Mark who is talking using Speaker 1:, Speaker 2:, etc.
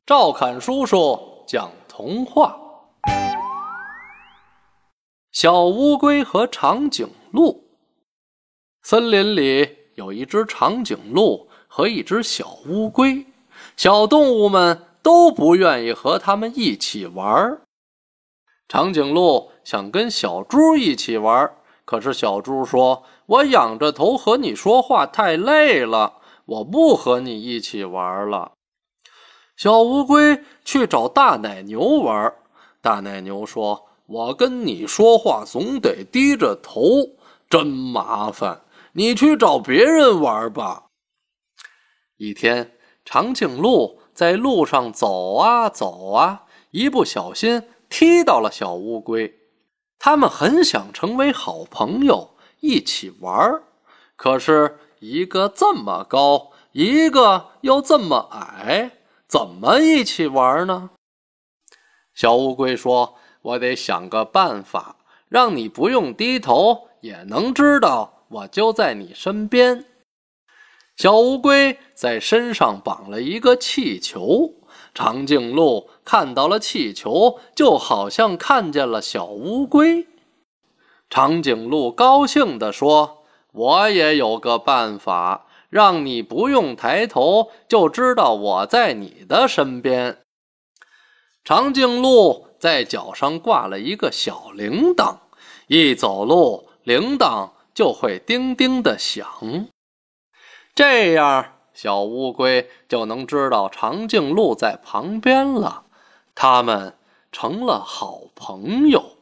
Speaker 1: 赵侃叔叔讲童话。小乌龟和长颈鹿。森林里有一只长颈鹿和一只小乌龟，小动物们都不愿意和它们一起玩。长颈鹿想跟小猪一起玩，可是小猪说：“我仰着头和你说话太累了，我不和你一起玩了。”小乌龟去找大奶牛玩，大奶牛说：“我跟你说话总得低着头，真麻烦，你去找别人玩吧。”一天，长颈鹿在路上走啊走啊，一不小心踢到了小乌龟。他们很想成为好朋友，一起玩，可是一个这么高，一个又这么矮，怎么一起玩呢？小乌龟说：“我得想个办法，让你不用低头也能知道我就在你身边。”小乌龟在身上绑了一个气球，长颈鹿看到了气球，就好像看见了小乌龟。长颈鹿高兴地说：“我也有个办法，让你不用抬头就知道我在你的身边。”长颈鹿在脚上挂了一个小铃铛，一走路铃铛就会叮叮地响。这样小乌龟就能知道长颈鹿在旁边了，他们成了好朋友。